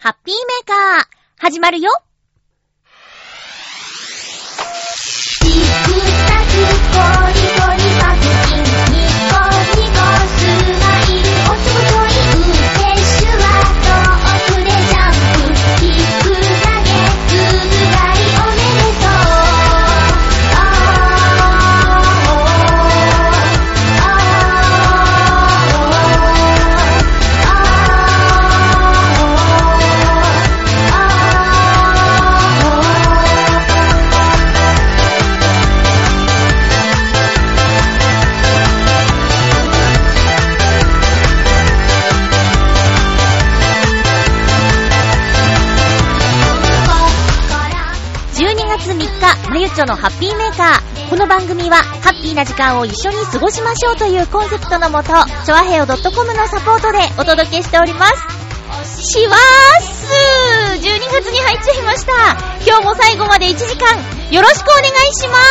ハッピーメーカー始まるよ。まゆっちょのハッピーメーカー。この番組はハッピーな時間を一緒に過ごしましょうというコンセプトのもと、チョアヘヨ .com のサポートでお届けしております。しわーす12月に入っちゃいました。今日も最後まで1時間よろしくお願いします。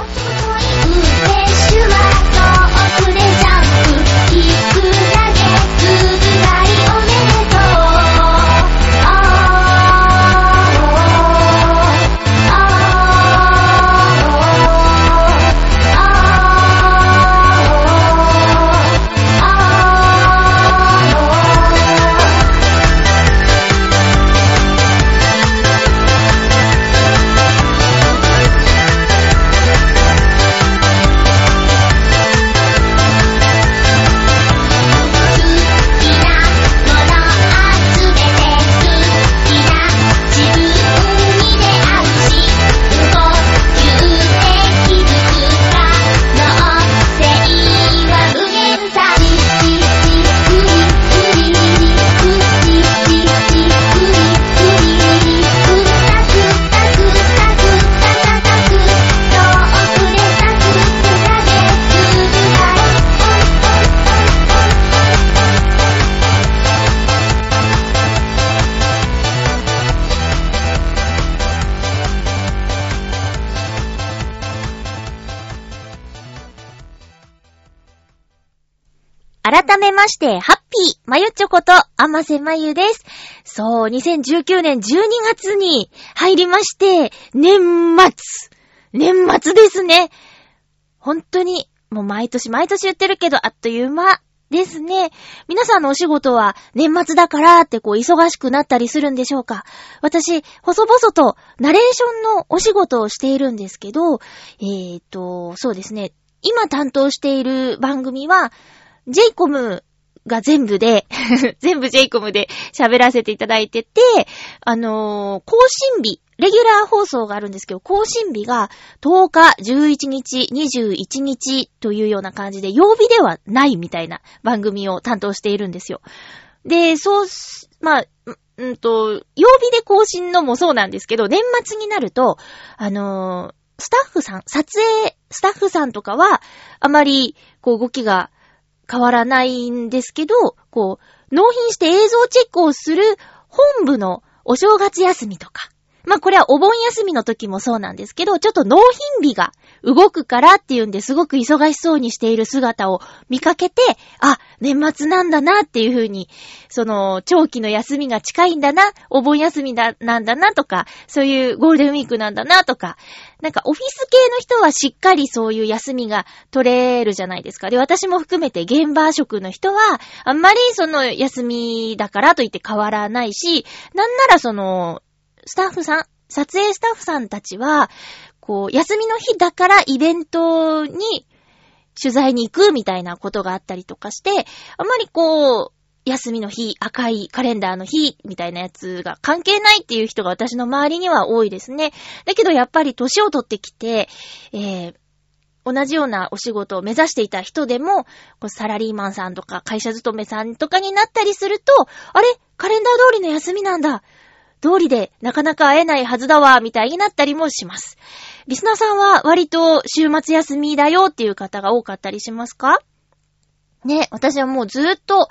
改めまして、ハッピー、まゆっちょこと、あませまゆです。そう、2019年12月に入りまして、年末ですね。本当に、もう毎年言ってるけど、あっという間ですね。皆さんのお仕事は、年末だからって忙しくなったりするんでしょうか。私、細々と、ナレーションのお仕事をしているんですけど、そうですね。今担当している番組は、JCOM が全部でJCOM で喋らせていただいてて、更新日、レギュラー放送があるんですけど、更新日が10日、11日、21日というような感じで、曜日ではないみたいな番組を担当しているんですよ。で、曜日で更新のもそうなんですけど、年末になると、スタッフさん、撮影スタッフさんとかは、あまり、動きが、変わらないんですけど、納品して映像チェックをする本部のお正月休みとか。これはお盆休みの時もそうなんですけど、ちょっと納品日が動くからっていうんですごく忙しそうにしている姿を見かけて、あ、年末なんだなっていう風に、長期の休みが近いんだな、お盆休みなんだなとか、そういうゴールデンウィークなんだなとか、オフィス系の人はしっかりそういう休みが取れるじゃないですか。で、私も含めて現場職の人は、あんまり休みだからといって変わらないし、なんならスタッフさん、撮影スタッフさんたちは、休みの日だからイベントに取材に行くみたいなことがあったりとかして、あんまり休みの日、赤いカレンダーの日みたいなやつが関係ないっていう人が私の周りには多いですね。だけどやっぱり年を取ってきて、同じようなお仕事を目指していた人でも、サラリーマンさんとか会社勤めさんとかになったりすると、あれ？カレンダー通りの休みなんだ。通りでなかなか会えないはずだわ、みたいになったりもします。リスナーさんは割と週末休みだよっていう方が多かったりしますか？ね、私はもうずっと、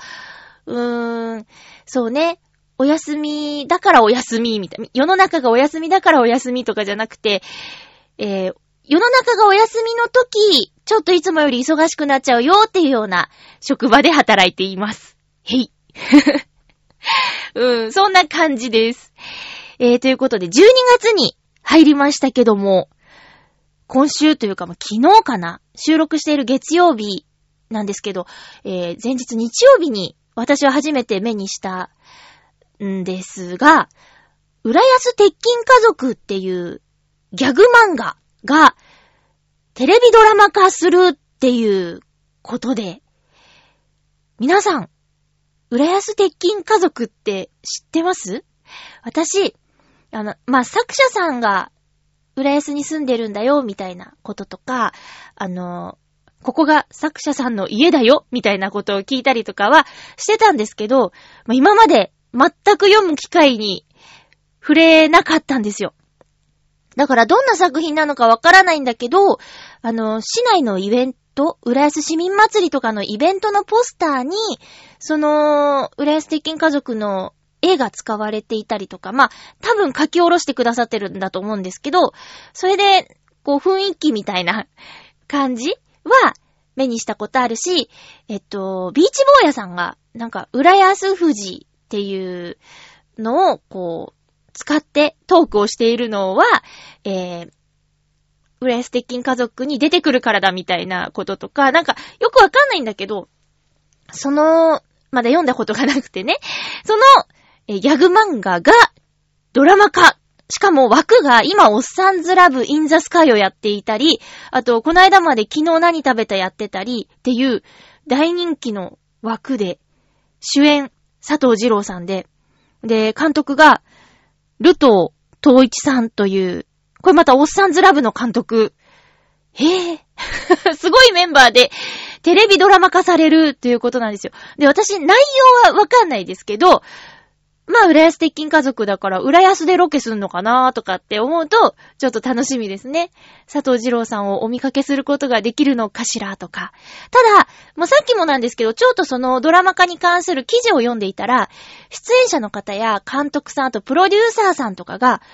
そうね、お休みだからお休みみたいな。世の中がお休みだからお休みとかじゃなくて、世の中がお休みの時、ちょっといつもより忙しくなっちゃうよっていうような職場で働いています。へい。 そんな感じです。ということで、12月に入りましたけども、今週というか、昨日かな、収録している月曜日なんですけど、前日日曜日に私は初めて目にしたんですが、浦安鉄筋家族っていうギャグ漫画がテレビドラマ化するっていうことで、皆さん、浦安鉄筋家族って知ってます？私、作者さんが浦安に住んでるんだよ、みたいなこととか、ここが作者さんの家だよ、みたいなことを聞いたりとかはしてたんですけど、今まで全く読む機会に触れなかったんですよ。だからどんな作品なのかわからないんだけど、市内のイベント、浦安市民祭りとかのイベントのポスターに、浦安鉄筋家族の絵が使われていたりとか、多分書き下ろしてくださってるんだと思うんですけど、それで、雰囲気みたいな感じは目にしたことあるし、ビーチ坊やさんが、浦安富士っていうのを、使ってトークをしているのは、浦安鉄筋家族に出てくるからだみたいなこととか、よくわかんないんだけど、まだ読んだことがなくてね、ギャグ漫画がドラマ化。しかも枠が今おっさんずラブインザスカイをやっていたり、あとこの間まで昨日何食べたやってたりっていう大人気の枠で、主演佐藤二朗さんで、監督がルトー東一さんという、これまたおっさんずラブの監督。すごいメンバーでテレビドラマ化されるということなんですよ。で、私内容はわかんないですけど、浦安鉄筋家族だから浦安でロケすんのかなとかって思うとちょっと楽しみですね。佐藤二朗さんをお見かけすることができるのかしらとか。ただ、さっきもなんですけど、ちょっとそのドラマ化に関する記事を読んでいたら、出演者の方や監督さん、あとプロデューサーさんとかが、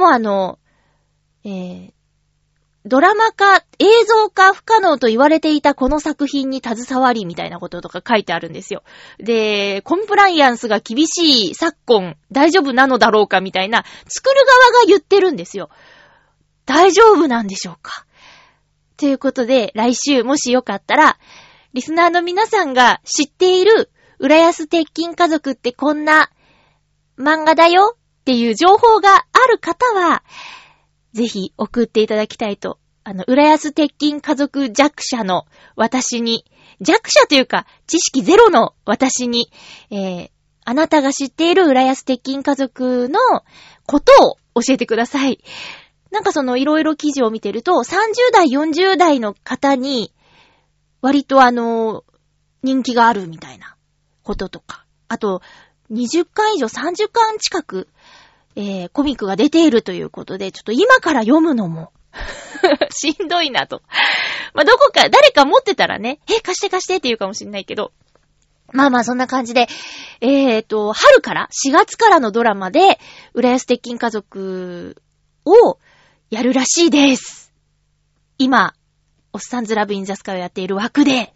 ドラマ化、映像化不可能と言われていたこの作品に携わりみたいなこととか書いてあるんですよ。で、コンプライアンスが厳しい昨今大丈夫なのだろうかみたいな作る側が言ってるんですよ。大丈夫なんでしょうか？ということで、来週もしよかったら、リスナーの皆さんが知っている浦安鉄筋家族ってこんな漫画だよっていう情報がある方は、ぜひ送っていただきたいと。浦安鉄筋家族弱者の私に、弱者というか知識ゼロの私に、あなたが知っている浦安鉄筋家族のことを教えてください。いろいろ記事を見てると、30代、40代の方に、割と人気があるみたいなこととか。あと、20巻以上、30巻近く、コミックが出ているということで、ちょっと今から読むのもしんどいなと。どこか、誰か持ってたらね、貸してって言うかもしんないけど。そんな感じで、春から、4月からのドラマで、浦安鉄筋家族をやるらしいです。今、おっさんずラブインザスカイをやっている枠で。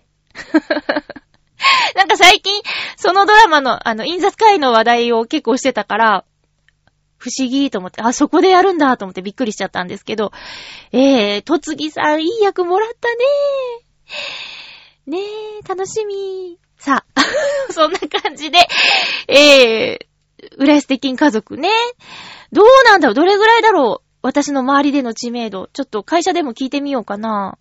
最近、そのドラマの、インザスカイの話題を結構してたから、不思議と思って、そこでやるんだと思ってびっくりしちゃったんですけど、とつぎさんいい役もらったね。楽しみ。さあ、そんな感じで、浦安鉄筋家族ね。どうなんだろう？どれぐらいだろう？私の周りでの知名度。ちょっと会社でも聞いてみようかな。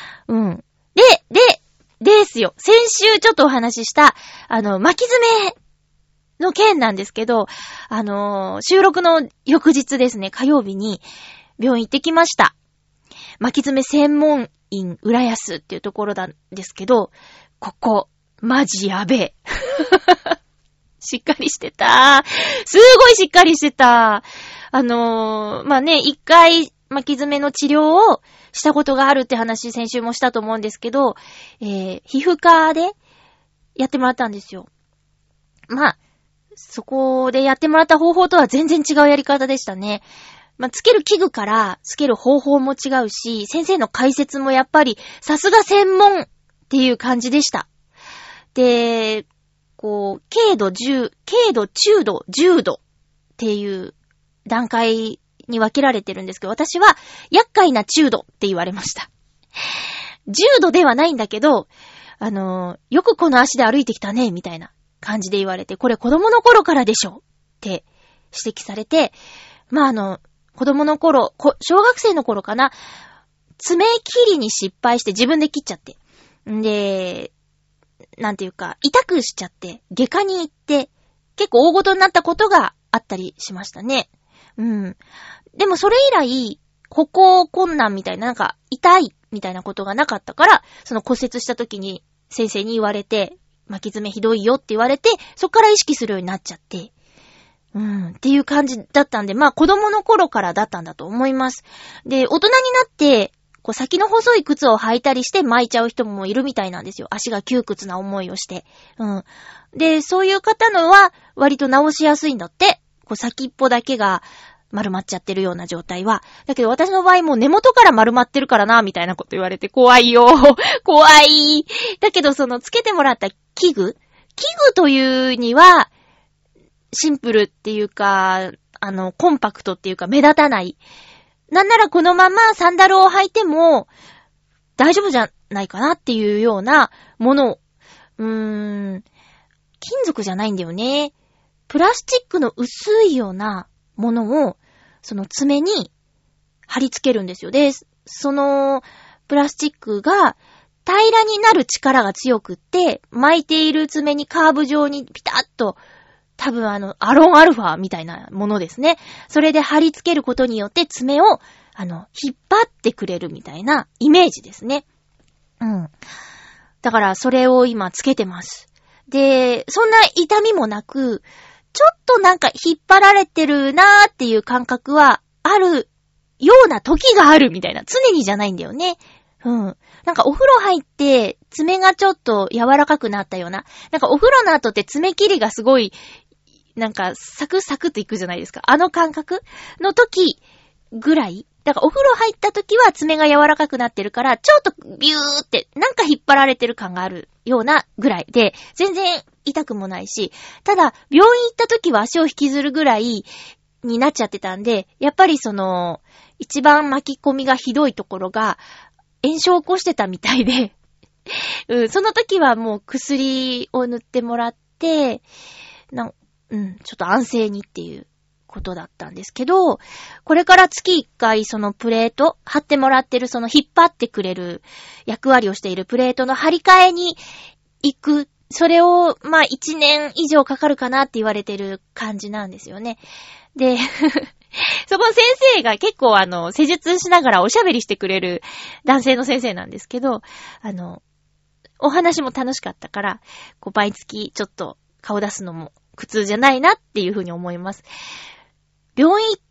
ですよ。先週ちょっとお話しした、巻き爪の件なんですけど、収録の翌日ですね、火曜日に病院行ってきました。巻き爪専門院浦安っていうところなんですけど、ここ、マジやべえ。しっかりしてた。すごいしっかりしてた。一回巻き爪の治療をしたことがあるって話先週もしたと思うんですけど、皮膚科でやってもらったんですよ。そこでやってもらった方法とは全然違うやり方でしたね。つける器具からつける方法も違うし、先生の解説もやっぱりさすが専門っていう感じでした。で、 こう、軽度、中度、重度っていう段階に分けられてるんですけど、私は厄介な中度って言われました。重度ではないんだけど、よくこの足で歩いてきたね、みたいな感じで言われて、これ子供の頃からでしょって指摘されて、まあ子供の頃、小学生の頃かな、爪切りに失敗して自分で切っちゃって。で、なんていうか、痛くしちゃって、外科に行って、結構大事になったことがあったりしましたね。うん。でもそれ以来、歩行困難みたいな、なんか痛いみたいなことがなかったから、その骨折した時に先生に言われて、巻き爪ひどいよって言われて、そっから意識するようになっちゃって、っていう感じだったんで、まあ子供の頃からだったんだと思います。で、大人になって、こう先の細い靴を履いたりして巻いちゃう人もいるみたいなんですよ。足が窮屈な思いをして。で、そういう方のは割と直しやすいんだって。こう先っぽだけが丸まっちゃってるような状態は。だけど私の場合もう根元から丸まってるからな、みたいなこと言われて怖いよ。怖い。だけどつけてもらった器具というには、シンプルっていうか、コンパクトっていうか目立たない。なんならこのままサンダルを履いても大丈夫じゃないかなっていうようなものを、金属じゃないんだよね。プラスチックの薄いようなものをその爪に貼り付けるんですよ。で、そのプラスチックが平らになる力が強くって、巻いている爪にカーブ状にピタッと、多分アロンアルファみたいなものですね。それで貼り付けることによって爪を引っ張ってくれるみたいなイメージですね。だからそれを今つけてます。で、そんな痛みもなく、ちょっとなんか引っ張られてるなーっていう感覚はあるような時があるみたいな。常にじゃないんだよね。なんかお風呂入って爪がちょっと柔らかくなったような。なんかお風呂の後って爪切りがすごいなんかサクサクっていくじゃないですか。あの感覚の時ぐらい。だからお風呂入った時は爪が柔らかくなってるから、ちょっとビューってなんか引っ張られてる感があるようなぐらいで、全然痛くもないし、ただ病院行った時は足を引きずるぐらいになっちゃってたんで、やっぱり一番巻き込みがひどいところが炎症を起こしてたみたいで、その時はもう薬を塗ってもらって、ちょっと安静にっていうことだったんですけど、これから月1回そのプレート、貼ってもらってるその引っ張ってくれる役割をしているプレートの張り替えに行く、それをまあ1年以上かかるかなって言われてる感じなんですよね。で、そこの先生が結構施術しながらおしゃべりしてくれる男性の先生なんですけど、お話も楽しかったから、こう毎月ちょっと顔出すのも苦痛じゃないなっていうふうに思います。病院行って、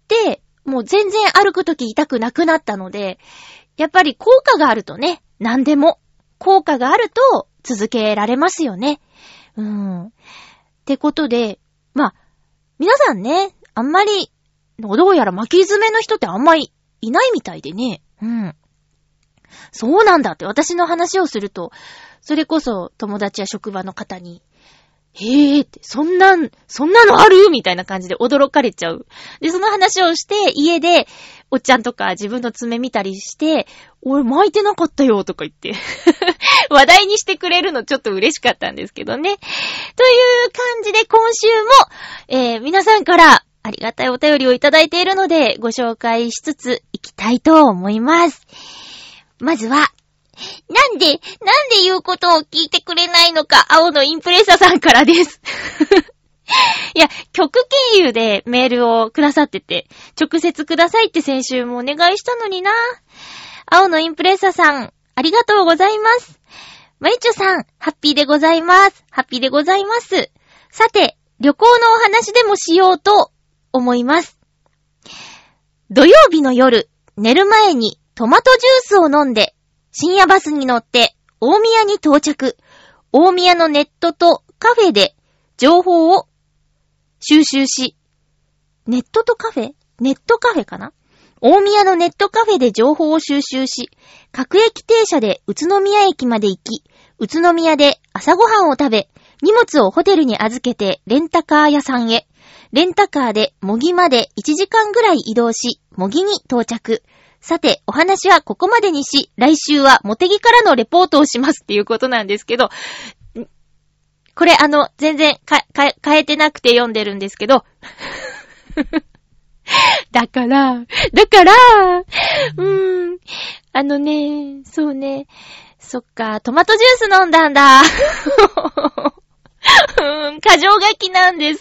もう全然歩くとき痛くなくなったので、やっぱり効果があるとね、何でも効果があると続けられますよね。ってことで、まあ、皆さんね、あんまり、どうやら巻き爪の人ってあんまりいないみたいでね。そうなんだって私の話をすると、それこそ友達や職場の方に、へーって、そんなのあるみたいな感じで驚かれちゃう。で、その話をして、家で、おっちゃんとか自分の爪見たりして、俺巻いてなかったよとか言って、話題にしてくれるのちょっと嬉しかったんですけどね。という感じで今週も、皆さんからありがたいお便りをいただいているので、ご紹介しつついきたいと思います。まずは、なんで言うことを聞いてくれないのか、青のインプレッサさんからです。いや、局経由でメールをくださってて、直接くださいって先週もお願いしたのにな。青のインプレッサさん、ありがとうございます。まゆちょさん、ハッピーでございます。ハッピーでございます。さて、旅行のお話でもしようと思います。土曜日の夜、寝る前にトマトジュースを飲んで、深夜バスに乗って大宮に到着。大宮のネットとカフェで情報を収集し、ネットカフェかな？大宮のネットカフェで情報を収集し、各駅停車で宇都宮駅まで行き、宇都宮で朝ごはんを食べ、 荷物をホテルに預けてレンタカー屋さんへ。レンタカーで模擬まで1時間ぐらい移動し、模擬に到着。さて、お話はここまでにし、来週はモテギからのレポートをしますっていうことなんですけど、これ全然変えてなくて読んでるんですけど、だから、そうね、そっか、トマトジュース飲んだんだ。過剰書きなんです。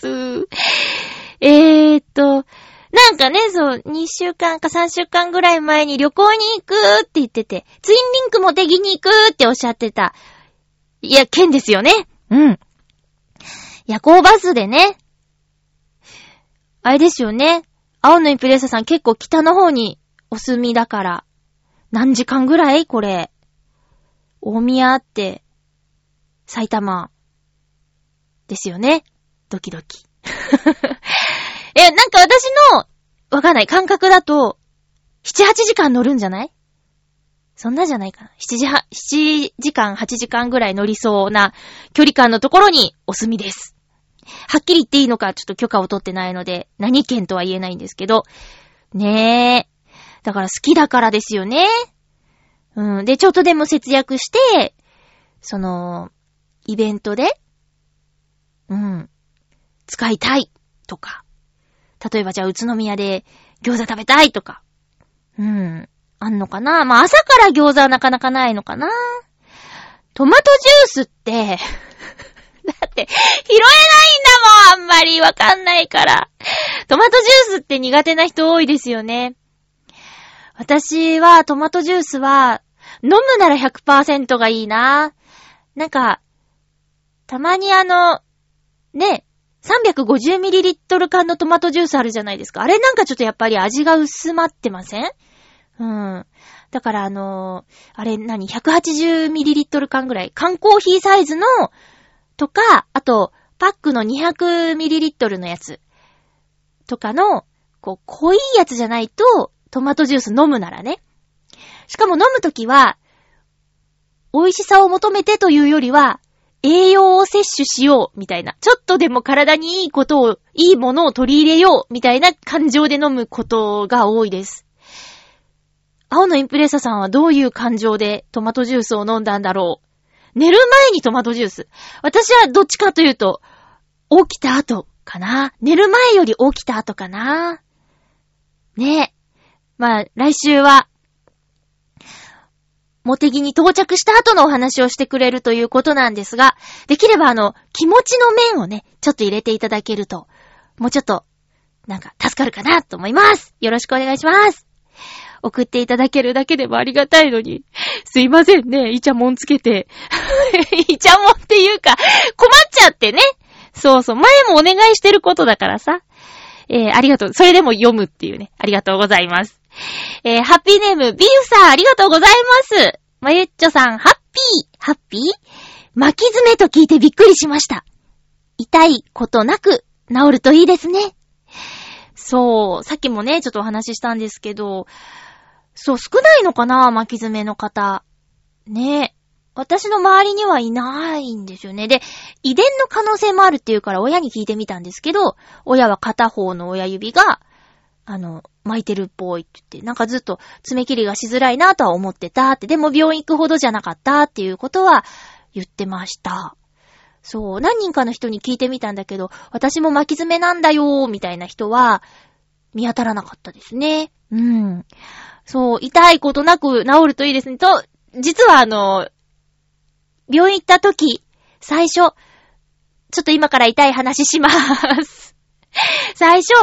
なんかね、2週間か3週間ぐらい前に旅行に行くって言ってて、ツインリンクも手ぎに行くっておっしゃってた。いや、県ですよね。うん。夜行バスでね。あれですよね。青のインプレッサさん結構北の方にお住みだから。何時間ぐらいこれ。大宮って、埼玉。ですよね。ドキドキ。なんか私の、わかんない、感覚だと、7、8時間乗るんじゃない？そんなじゃないかな。7時間、8時間ぐらい乗りそうな距離感のところにお住みです。はっきり言っていいのかちょっと許可を取ってないので、何県とは言えないんですけど。ねえ。だから好きだからですよね。うん。で、ちょっとでも節約して、イベントで、使いたいとか。例えばじゃあ宇都宮で餃子食べたいとか。あんのかな？まあ朝から餃子はなかなかないのかな？トマトジュースって、だって拾えないんだもん、あんまりわかんないから。トマトジュースって苦手な人多いですよね。私はトマトジュースは飲むなら 100% がいいな。なんか、たまにね、350ml 缶のトマトジュースあるじゃないですか。あれなんかちょっとやっぱり味が薄まってません？だからあれ180ml 缶ぐらい。缶コーヒーサイズの、とか、あと、パックの 200ml のやつ。とかの、濃いやつじゃないと、トマトジュース飲むならね。しかも飲むときは、美味しさを求めてというよりは、栄養を摂取しようみたいな。ちょっとでも体にいいものを取り入れようみたいな感情で飲むことが多いです。青のインプレッサさんはどういう感情でトマトジュースを飲んだんだろう。寝る前にトマトジュース。私はどっちかというと、起きた後かな。寝る前より起きた後かな。ねえ。まあ、来週は、モテギに到着した後のお話をしてくれるということなんですが、できれば気持ちの面をね、ちょっと入れていただけると、もうちょっと、なんか助かるかなと思います。よろしくお願いします。送っていただけるだけでもありがたいのに、すいませんね、イチャモンつけて。イチャモンっていうか、困っちゃってね。そうそう、前もお願いしてることだからさ。ありがとう。それでも読むっていうね。ありがとうございます。ハッピーネーム、ビーフさん、ありがとうございます。まゆっちょさん、ハッピー巻き爪と聞いてびっくりしました。痛いことなく治るといいですね。そう、さっきもね、ちょっとお話ししたんですけど、そう、少ないのかな、巻き爪の方。ね。私の周りにはいないんですよね。で、遺伝の可能性もあるっていうから親に聞いてみたんですけど、親は片方の親指が、巻いてるっぽいって言って、なんかずっと爪切りがしづらいなとは思ってたって、でも病院行くほどじゃなかったっていうことは言ってました。そう、何人かの人に聞いてみたんだけど、私も巻き爪なんだよーみたいな人は見当たらなかったですね。そう、痛いことなく治るといいですね。と、実は病院行った時、最初、ちょっと今から痛い話します。最初、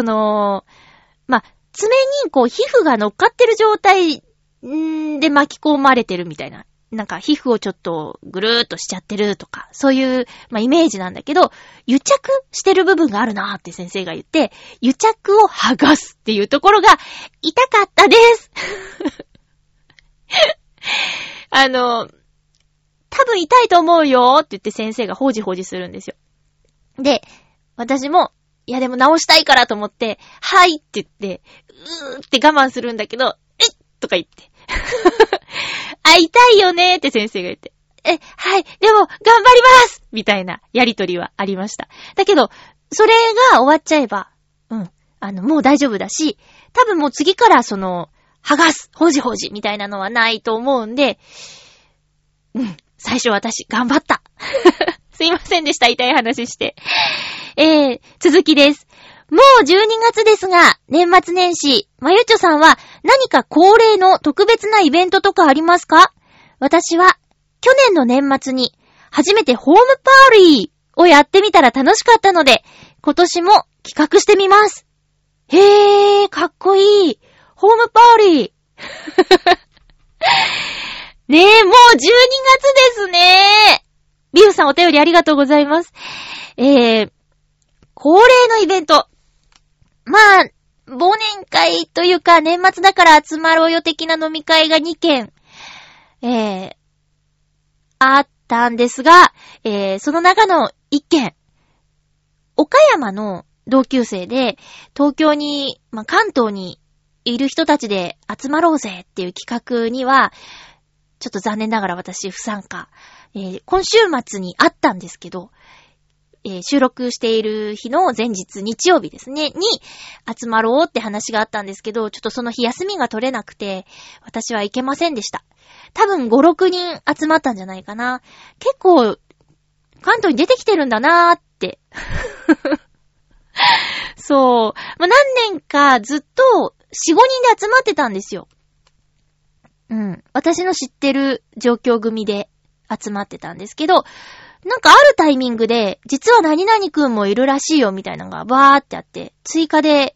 爪に皮膚が乗っかってる状態で巻き込まれてるみたいな。なんか皮膚をちょっとぐるーっとしちゃってるとか、そういう、イメージなんだけど、癒着してる部分があるなーって先生が言って、癒着を剥がすっていうところが痛かったです。多分痛いと思うよって言って先生がほじほじするんですよ。で、私も、いやでも直したいからと思って、はいって言って、って我慢するんだけど、えっとか言って。あ、痛いよねーって先生が言って。 はい、でも、頑張りますみたいなやりとりはありました。だけど、それが終わっちゃえば、もう大丈夫だし、多分もう次から剥がす、ほじほじみたいなのはないと思うんで、最初私、頑張った。すいませんでした、痛い話して。続きです。もう12月ですが、年末年始、まゆちょさんは何か恒例の特別なイベントとかありますか？私は、去年の年末に、初めてホームパーリーをやってみたら楽しかったので、今年も企画してみます。へー、かっこいい。ホームパーリー。ねえ、もう12月ですね。ビューさんお便りありがとうございます。恒例のイベント。まあ、忘年会というか年末だから集まろうよ的な飲み会が2件、あったんですが、その中の1件、岡山の同級生で東京に、関東にいる人たちで集まろうぜっていう企画には、ちょっと残念ながら私不参加。今週末にあったんですけど、収録している日の前日、日曜日ですね、に集まろうって話があったんですけど、ちょっとその日休みが取れなくて、私は行けませんでした。多分5、6人集まったんじゃないかな。結構、関東に出てきてるんだなーって。そう。何年かずっと4、5人で集まってたんですよ。私の知ってる状況組で集まってたんですけど、なんかあるタイミングで、実は何々くんもいるらしいよみたいなのがバーってあって、追加で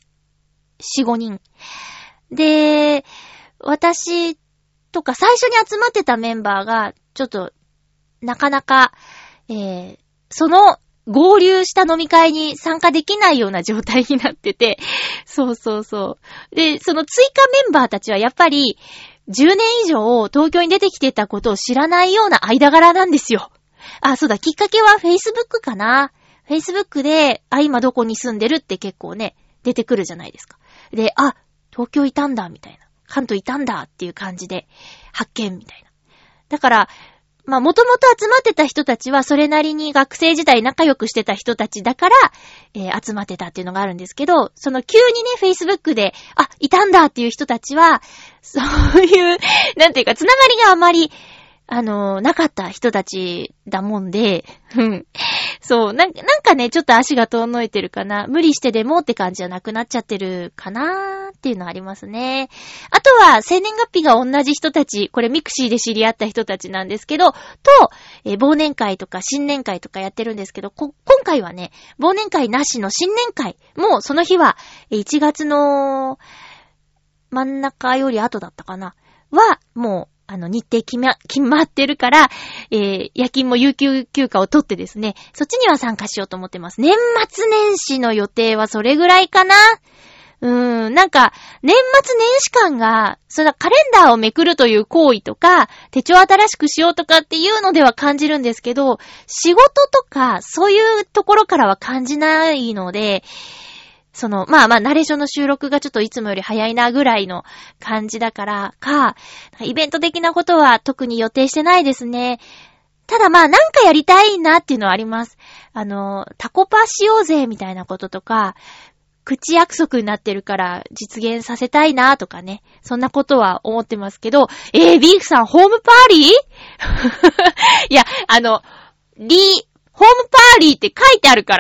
4、5人。で、私とか最初に集まってたメンバーが、ちょっと、なかなか、その合流した飲み会に参加できないような状態になってて、そうそうそう。で、その追加メンバーたちはやっぱり、10年以上東京に出てきてたことを知らないような間柄なんですよ。あ、そうだ、きっかけは Facebook かな。Facebook で、今どこに住んでるって結構ね、出てくるじゃないですか。で、東京いたんだ、みたいな。関東いたんだっていう感じで、発見、みたいな。だから、もともと集まってた人たちは、それなりに学生時代仲良くしてた人たちだから、集まってたっていうのがあるんですけど、その急にね、Facebook で、いたんだっていう人たちは、そういう、なんていうか、つながりがあまり、なかった人たちだもんで、そう、なんかね、ちょっと足が遠のいてるかな。無理してでもって感じじゃなくなっちゃってるかなっていうのありますね。あとは、生年月日が同じ人たち、これミクシーで知り合った人たちなんですけど、忘年会とか新年会とかやってるんですけど、今回はね、忘年会なしの新年会、もうその日は、1月の真ん中より後だったかな、は、もう、日程決まってるから、夜勤も有給休暇を取ってですね、そっちには参加しようと思ってます。年末年始の予定はそれぐらいかな。なんか、年末年始感が、カレンダーをめくるという行為とか、手帳新しくしようとかっていうのでは感じるんですけど、仕事とか、そういうところからは感じないので、ナレーションの収録がちょっといつもより早いなぐらいの感じだからイベント的なことは特に予定してないですね。ただなんかやりたいなっていうのはあります。タコパしようぜみたいなこととか、口約束になってるから実現させたいなとかね。そんなことは思ってますけど、ビーフさんホームパーリーいや、ホームパーリーって書いてあるから。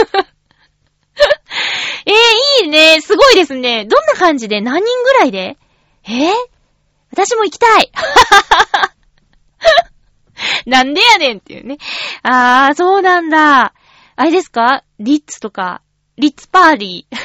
いいね。すごいですね。どんな感じで何人ぐらいで私も行きたい。なんでやねんっていうね。そうなんだ。あれですか？リッツとか、リッツパーリー。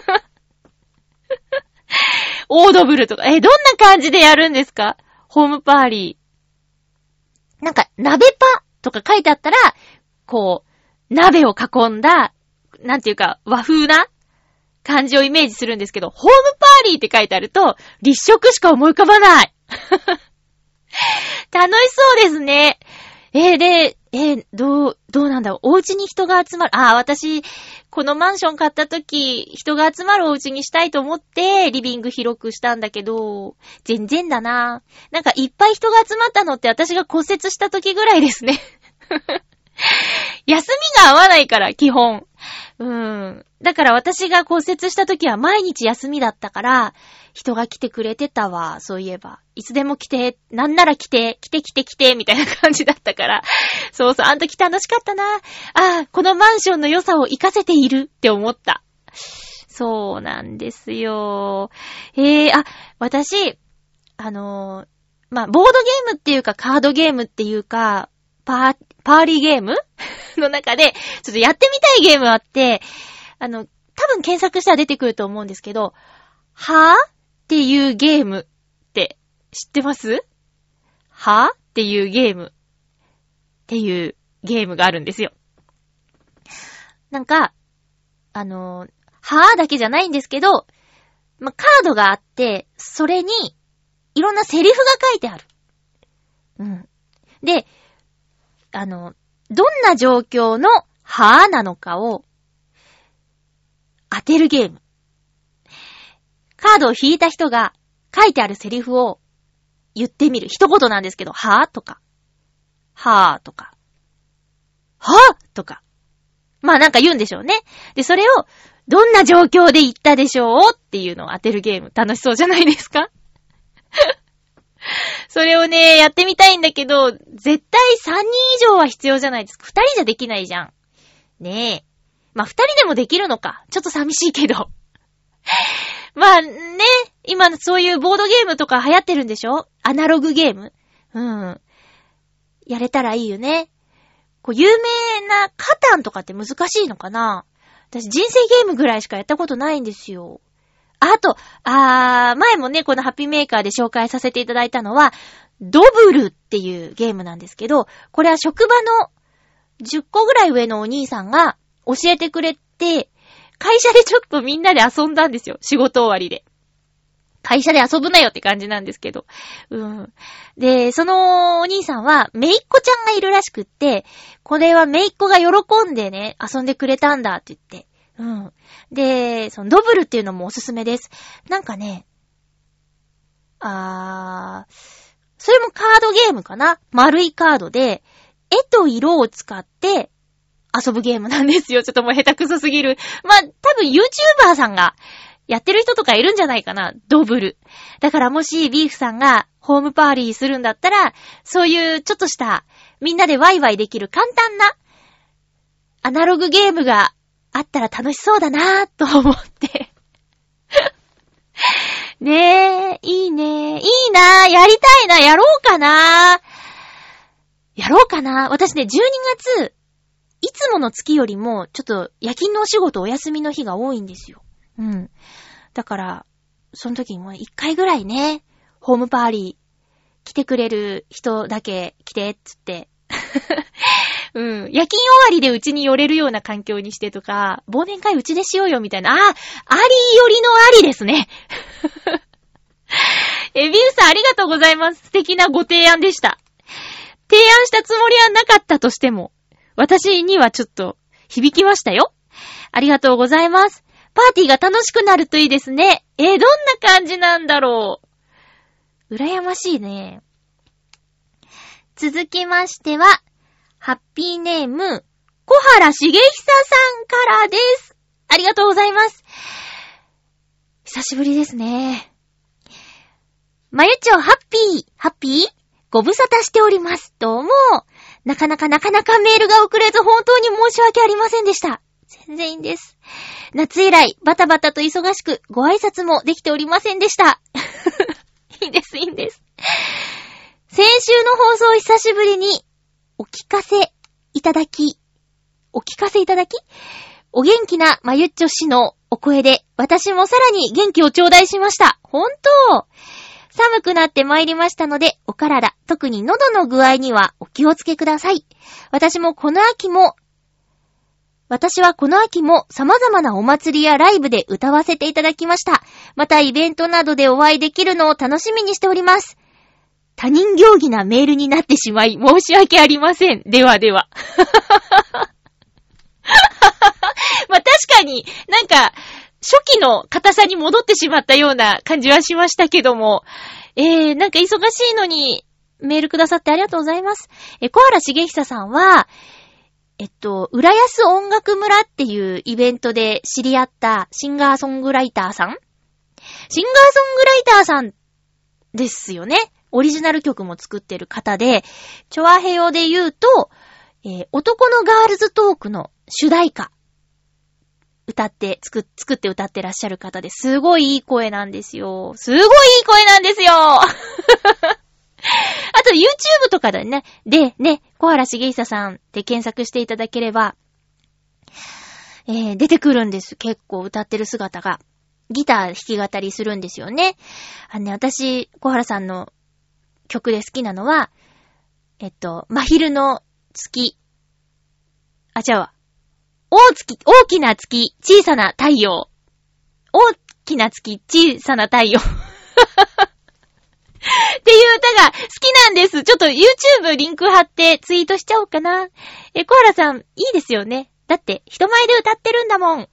オードブルとか。どんな感じでやるんですか？ホームパーリー。なんか、鍋パとか書いてあったら、こう、鍋を囲んだ、なんていうか、和風な感じをイメージするんですけど、ホームパーリーって書いてあると、立食しか思い浮かばない。楽しそうですね。で、 どうなんだろう。お家に人が集まる。私、このマンション買った時、人が集まるお家にしたいと思って、リビング広くしたんだけど、全然だな。なんかいっぱい人が集まったのって私が骨折した時ぐらいですね。休みが合わないから、基本。だから私が骨折した時は毎日休みだったから、人が来てくれてたわ、そういえば。いつでも来て、なんなら来て、みたいな感じだったから。そう、あの時楽しかったな。このマンションの良さを活かせているって思った。そうなんですよ。私、ボードゲームっていうか、カードゲームっていうか、パーリーゲームの中で、ちょっとやってみたいゲームあって、多分検索したら出てくると思うんですけど、はぁっていうゲームって知ってます？はぁっていうゲームっていうゲームがあるんですよ。なんか、はぁだけじゃないんですけど、カードがあって、それにいろんなセリフが書いてある。で、どんな状況のはぁなのかを当てるゲーム。カードを引いた人が書いてあるセリフを言ってみる。一言なんですけど、はぁとか、はぁとか、はぁとか。なんか言うんでしょうね。で、それをどんな状況で言ったでしょうっていうのを当てるゲーム。楽しそうじゃないですか？それをね、やってみたいんだけど、絶対3人以上は必要じゃないですか。2人じゃできないじゃん。ねえ。2人でもできるのか。ちょっと寂しいけど。今そういうボードゲームとか流行ってるんでしょ？アナログゲーム。やれたらいいよね。有名なカタンとかって難しいのかな？私人生ゲームぐらいしかやったことないんですよ。あと、前もね、このハッピーメーカーで紹介させていただいたのは、ドブルっていうゲームなんですけど、これは職場の10個ぐらい上のお兄さんが教えてくれて、会社でちょっとみんなで遊んだんですよ。仕事終わりで。会社で遊ぶなよって感じなんですけど。で、そのお兄さんは、めいっ子ちゃんがいるらしくって、これはめいっ子が喜んでね、遊んでくれたんだって言って。で、そのドブルっていうのもおすすめです。なんかね、それもカードゲームかな？丸いカードで、絵と色を使って遊ぶゲームなんですよ。ちょっともう下手くそすぎる。多分 YouTuber さんがやってる人とかいるんじゃないかな？ドブル。だからもしビーフさんがホームパーリーするんだったら、そういうちょっとしたみんなでワイワイできる簡単なアナログゲームがあったら楽しそうだなぁと思ってねえ、いいね。いいなぁ。やりたいな。やろうかな。私ね、12月、いつもの月よりも、ちょっと夜勤のお仕事お休みの日が多いんですよ。だから、その時にもう1回ぐらいね、ホームパーリー来てくれる人だけ来て、つって。夜勤終わりでうちに寄れるような環境にしてとか、忘年会うちでしようよみたいな。ありよりのありですね。ビューさんありがとうございます。素敵なご提案でした。提案したつもりはなかったとしても、私にはちょっと響きましたよ。ありがとうございます。パーティーが楽しくなるといいですね。どんな感じなんだろう。羨ましいね。続きましては、ハッピーネーム、小原茂久さんからです。ありがとうございます。久しぶりですね。まゆちょハッピーご無沙汰しております。どうも。なかなかメールが送れず本当に申し訳ありませんでした。全然いいんです。夏以来、バタバタと忙しく、ご挨拶もできておりませんでした。いいんです。先週の放送久しぶりに、お聞かせいただき、お元気なまゆっちょ氏のお声で、私もさらに元気を頂戴しました。本当。寒くなって参りましたので、お体、特に喉の具合にはお気をつけください。私はこの秋も様々なお祭りやライブで歌わせていただきました。またイベントなどでお会いできるのを楽しみにしております。 他人行儀なメールになってしまい申し訳ありません。ではでは。まあ、確かになんか初期の硬さに戻ってしまったような感じはしましたけども、なんか忙しいのにメールくださってありがとうございます。小原茂久さんは、浦安音楽村っていうイベントで知り合ったシンガーソングライターさんですよね。オリジナル曲も作ってる方で、チョアヘヨで言うと、男のガールズトークの主題歌、作って歌ってらっしゃる方ですごいいい声なんですよ。すごいいい声なんですよあと YouTube とかでね、小原茂久さんって検索していただければ、出てくるんです。結構歌ってる姿が。ギター弾き語りするんですよね。私、小原さんの曲で好きなのは、真昼の月。違うわ。大きな月、小さな太陽。大きな月、小さな太陽。っていう歌が好きなんです。ちょっと YouTube リンク貼ってツイートしちゃおうかな。小原さん、いいですよね。だって、人前で歌ってるんだもん。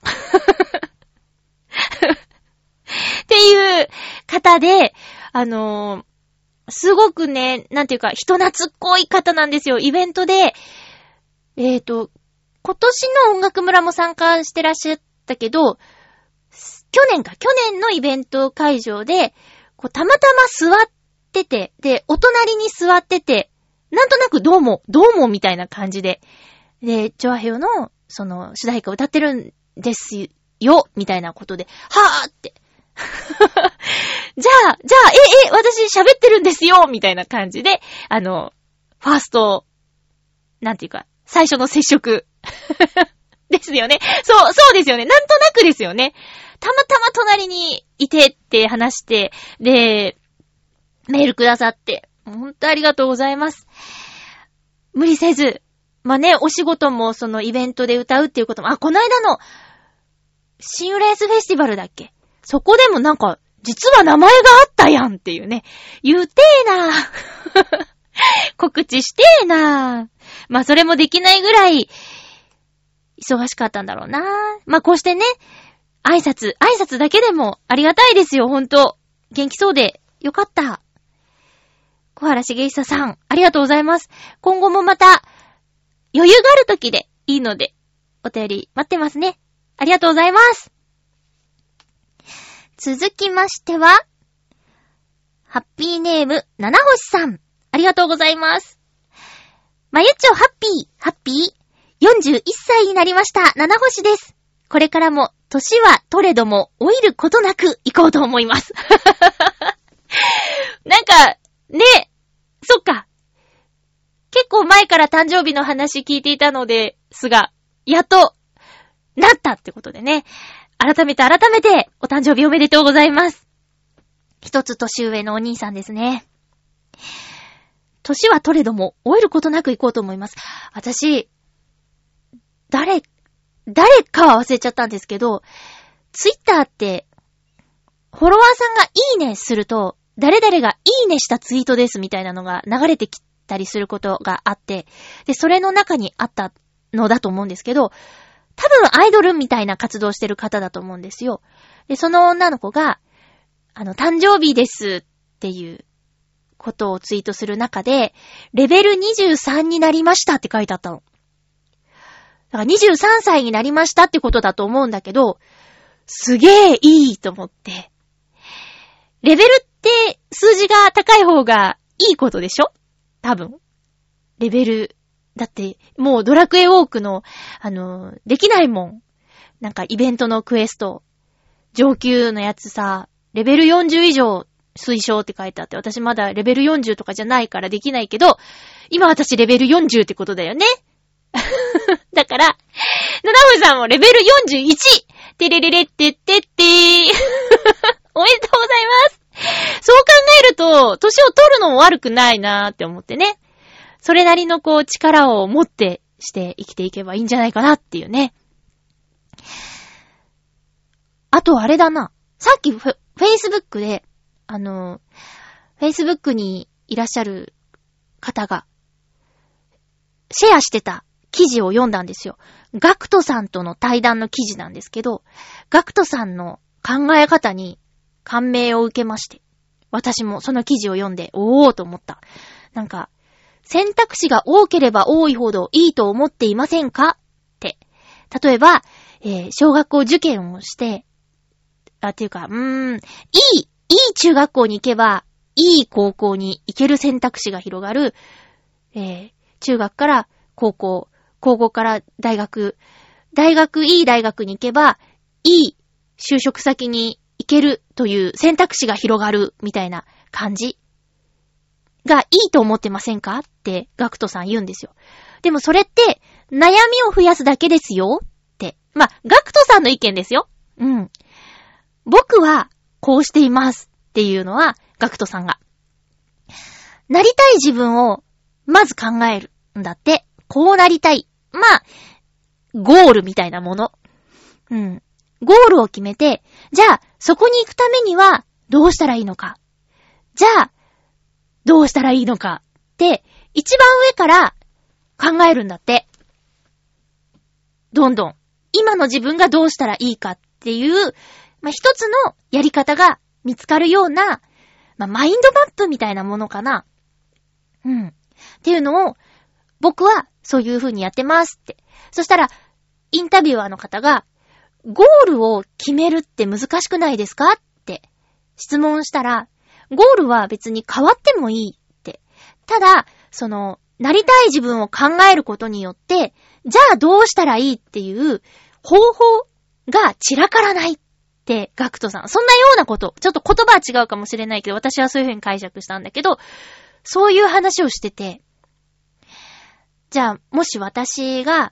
っていう方で、すごくね、なんていうか、人懐っこい方なんですよ。イベントで、今年の音楽村も参加してらっしゃったけど、去年のイベント会場で、たまたま座ってて、で、お隣に座ってて、なんとなくどうもみたいな感じで、で、チョアヘヨの、主題歌を歌ってるんですよ、みたいなことで、はぁって。じゃあ、私喋ってるんですよ、みたいな感じで、ファースト、なんていうか、最初の接触。ですよね。そうですよね。なんとなくですよね。たまたま隣にいてって話して、で、メールくださって、本当ありがとうございます。無理せず、まあね、お仕事もそのイベントで歌うっていうことも、この間の、新浦安フェスティバルだっけ？そこでもなんか、実は名前があったやんっていうね。言うてーな告知してーな。まあそれもできないぐらい、忙しかったんだろうな。まあこうしてね、挨拶だけでもありがたいですよ、ほんと。元気そうでよかった。小原茂久さん、ありがとうございます。今後もまた、余裕がある時でいいので、お便り待ってますね。ありがとうございます。続きましては、ハッピーネーム、七星さん。ありがとうございます。まゆちょハッピー。41歳になりました。七星です。これからも、年は取れども、老いることなく行こうと思います。なんか、ね、そっか。結構前から誕生日の話聞いていたのですが、やっと、なったってことでね。改めて、お誕生日おめでとうございます。一つ年上のお兄さんですね。年は取れども、老いることなく行こうと思います。私、誰かは忘れちゃったんですけど、ツイッターって、フォロワーさんがいいねすると、誰々がいいねしたツイートですみたいなのが流れてきたりすることがあって、で、それの中にあったのだと思うんですけど、多分アイドルみたいな活動してる方だと思うんですよ。で、その女の子が、誕生日ですっていうことをツイートする中で、レベル23になりましたって書いてあったの。だから23歳になりましたってことだと思うんだけど、すげえいいと思って。レベルって数字が高い方がいいことでしょ？多分。レベル。だって、もうドラクエウォークの、できないもん。なんかイベントのクエスト。上級のやつさ、レベル40以上推奨って書いてあって、私まだレベル40とかじゃないからできないけど、今私レベル40ってことだよね。だから、七星さんもレベル 41! てれれれってってってー。おめでとうございます。そう考えると、年を取るのも悪くないなーって思ってね。それなりの力を持ってして生きていけばいいんじゃないかなっていうね。あとあれだな。さっきFacebook で、Facebook にいらっしゃる方がシェアしてた記事を読んだんですよ。ガクトさんとの対談の記事なんですけど、ガクトさんの考え方に感銘を受けまして、私もその記事を読んで、おーと思った。なんか、選択肢が多ければ多いほどいいと思っていませんかって。例えば、小学校受験をして、っていうか、いい中学校に行けば、いい高校に行ける選択肢が広がる、中学から高校、高校から大学、いい大学に行けば、いい就職先に行けるという選択肢が広がるみたいな感じがいいと思ってませんかってガクトさん言うんですよ。でもそれって悩みを増やすだけですよって。ガクトさんの意見ですよ。僕はこうしていますっていうのはガクトさんが。なりたい自分をまず考えるんだって。こうなりたい。ゴールみたいなもの。ゴールを決めて、じゃあそこに行くためにはどうしたらいいのか。じゃあどうしたらいいのかって一番上から考えるんだって。どんどん今の自分がどうしたらいいかっていう一つのやり方が見つかるような、マインドマップみたいなものかな。っていうのを僕はそういう風にやってますって。そしたらインタビュアーの方がゴールを決めるって難しくないですかって質問したら、ゴールは別に変わってもいいって。ただ、なりたい自分を考えることによって、じゃあどうしたらいいっていう方法が散らからないって、ガクトさん。そんなようなこと。ちょっと言葉は違うかもしれないけど、私はそういう風に解釈したんだけど、そういう話をしてて、じゃあ、もし私が、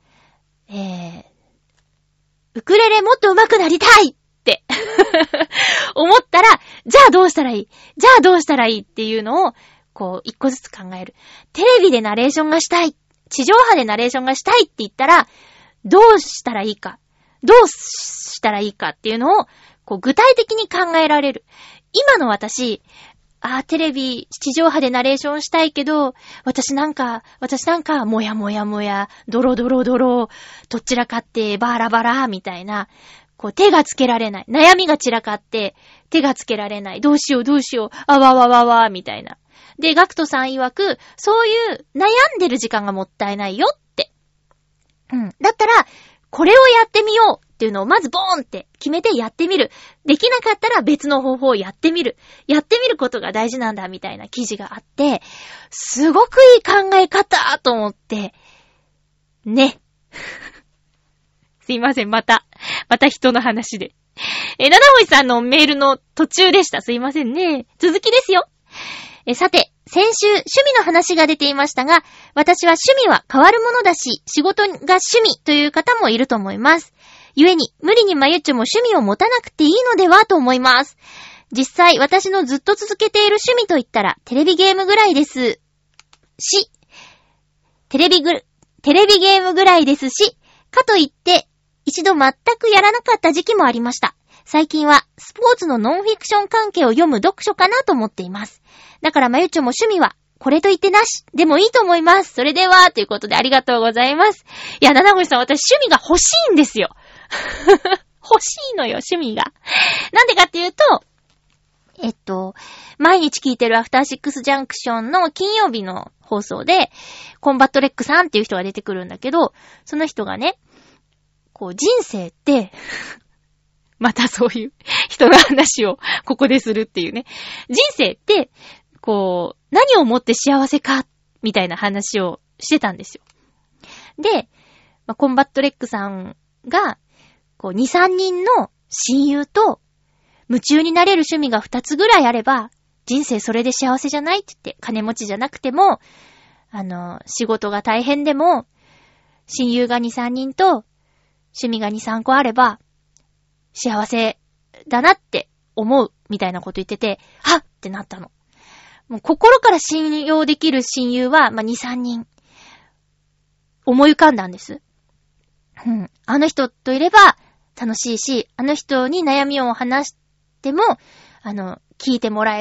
ウクレレもっと上手くなりたいって思ったら、じゃあどうしたらいい？じゃあどうしたらいいっていうのを、一個ずつ考える。テレビでナレーションがしたい。地上波でナレーションがしたいって言ったら、どうしたらいいか。どうしたらいいかっていうのを、具体的に考えられる。今の私、テレビ、地上波でナレーションしたいけど、私なんか、もやもやもや、ドロドロドロ、どちらかって、バラバラ、みたいな、手がつけられない。悩みが散らかって、手がつけられない。どうしよう、あわわわわ、みたいな。で、ガクトさん曰く、そういう悩んでる時間がもったいないよって。だったら、これをやってみようっていうのをまずボーンって決めてやってみる。できなかったら別の方法をやってみる。やってみることが大事なんだみたいな記事があって、すごくいい考え方と思って、ね。すいません、また人の話で。七星さんのメールの途中でした。すいませんね。続きですよ。さて、先週趣味の話が出ていましたが、私は趣味は変わるものだし、仕事が趣味という方もいると思います。故に、無理にまゆっちょも趣味を持たなくていいのではと思います。実際、私のずっと続けている趣味といったら、テレビゲームぐらいですし、テレビゲームぐらいですし、かといって、一度全くやらなかった時期もありました。最近は、スポーツのノンフィクション関係を読む読書かなと思っています。だからまゆっちょも趣味は、これと言ってなし、でもいいと思います。それでは、ということでありがとうございます。いや、七星さん、私趣味が欲しいんですよ。欲しいのよ、趣味が。なんでかっていうと、毎日聞いてるアフターシックスジャンクションの金曜日の放送で、コンバットレックさんっていう人が出てくるんだけど、その人がね、人生って、またそういう人の話をここでするっていうね。人生って、何をもって幸せか、みたいな話をしてたんですよ。で、コンバットレックさんが、2、3人の親友と夢中になれる趣味が2つぐらいあれば、人生それで幸せじゃないって言って、金持ちじゃなくても、仕事が大変でも、親友が2、3人と趣味が2、3個あれば、幸せだなって思うみたいなこと言ってて、はっってなったの。もう心から信用できる親友は、2、3人思い浮かんだんです。あの人といれば楽しいし、あの人に悩みを話しても、聞いてもらえる、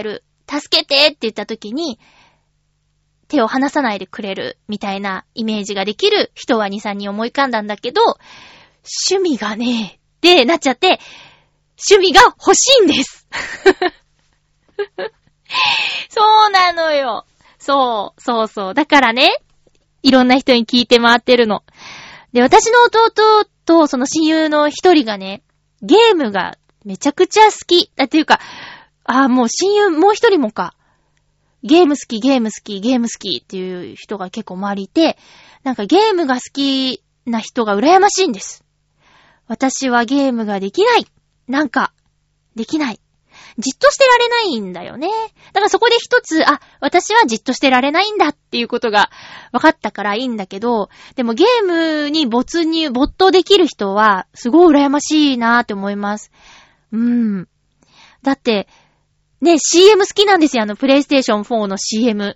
助けてって言った時に、手を離さないでくれるみたいなイメージができる人は2、3人思い浮かんだんだけど、趣味がね、ってなっちゃって、趣味が欲しいんです。そうなのよ。そう。だからね、いろんな人に聞いて回ってるの。で、私の弟とその親友の一人がね、ゲームがめちゃくちゃ好き。っていうか、もう親友もう一人もか。ゲーム好きっていう人が結構周りいて、なんかゲームが好きな人が羨ましいんです。私はゲームができない。なんか、できない。じっとしてられないんだよね。だからそこで一つ、私はじっとしてられないんだっていうことが分かったからいいんだけど、でもゲームに没頭できる人はすごい羨ましいなーって思います。だって、ね、CM 好きなんですよ。プレイステーション4の CM。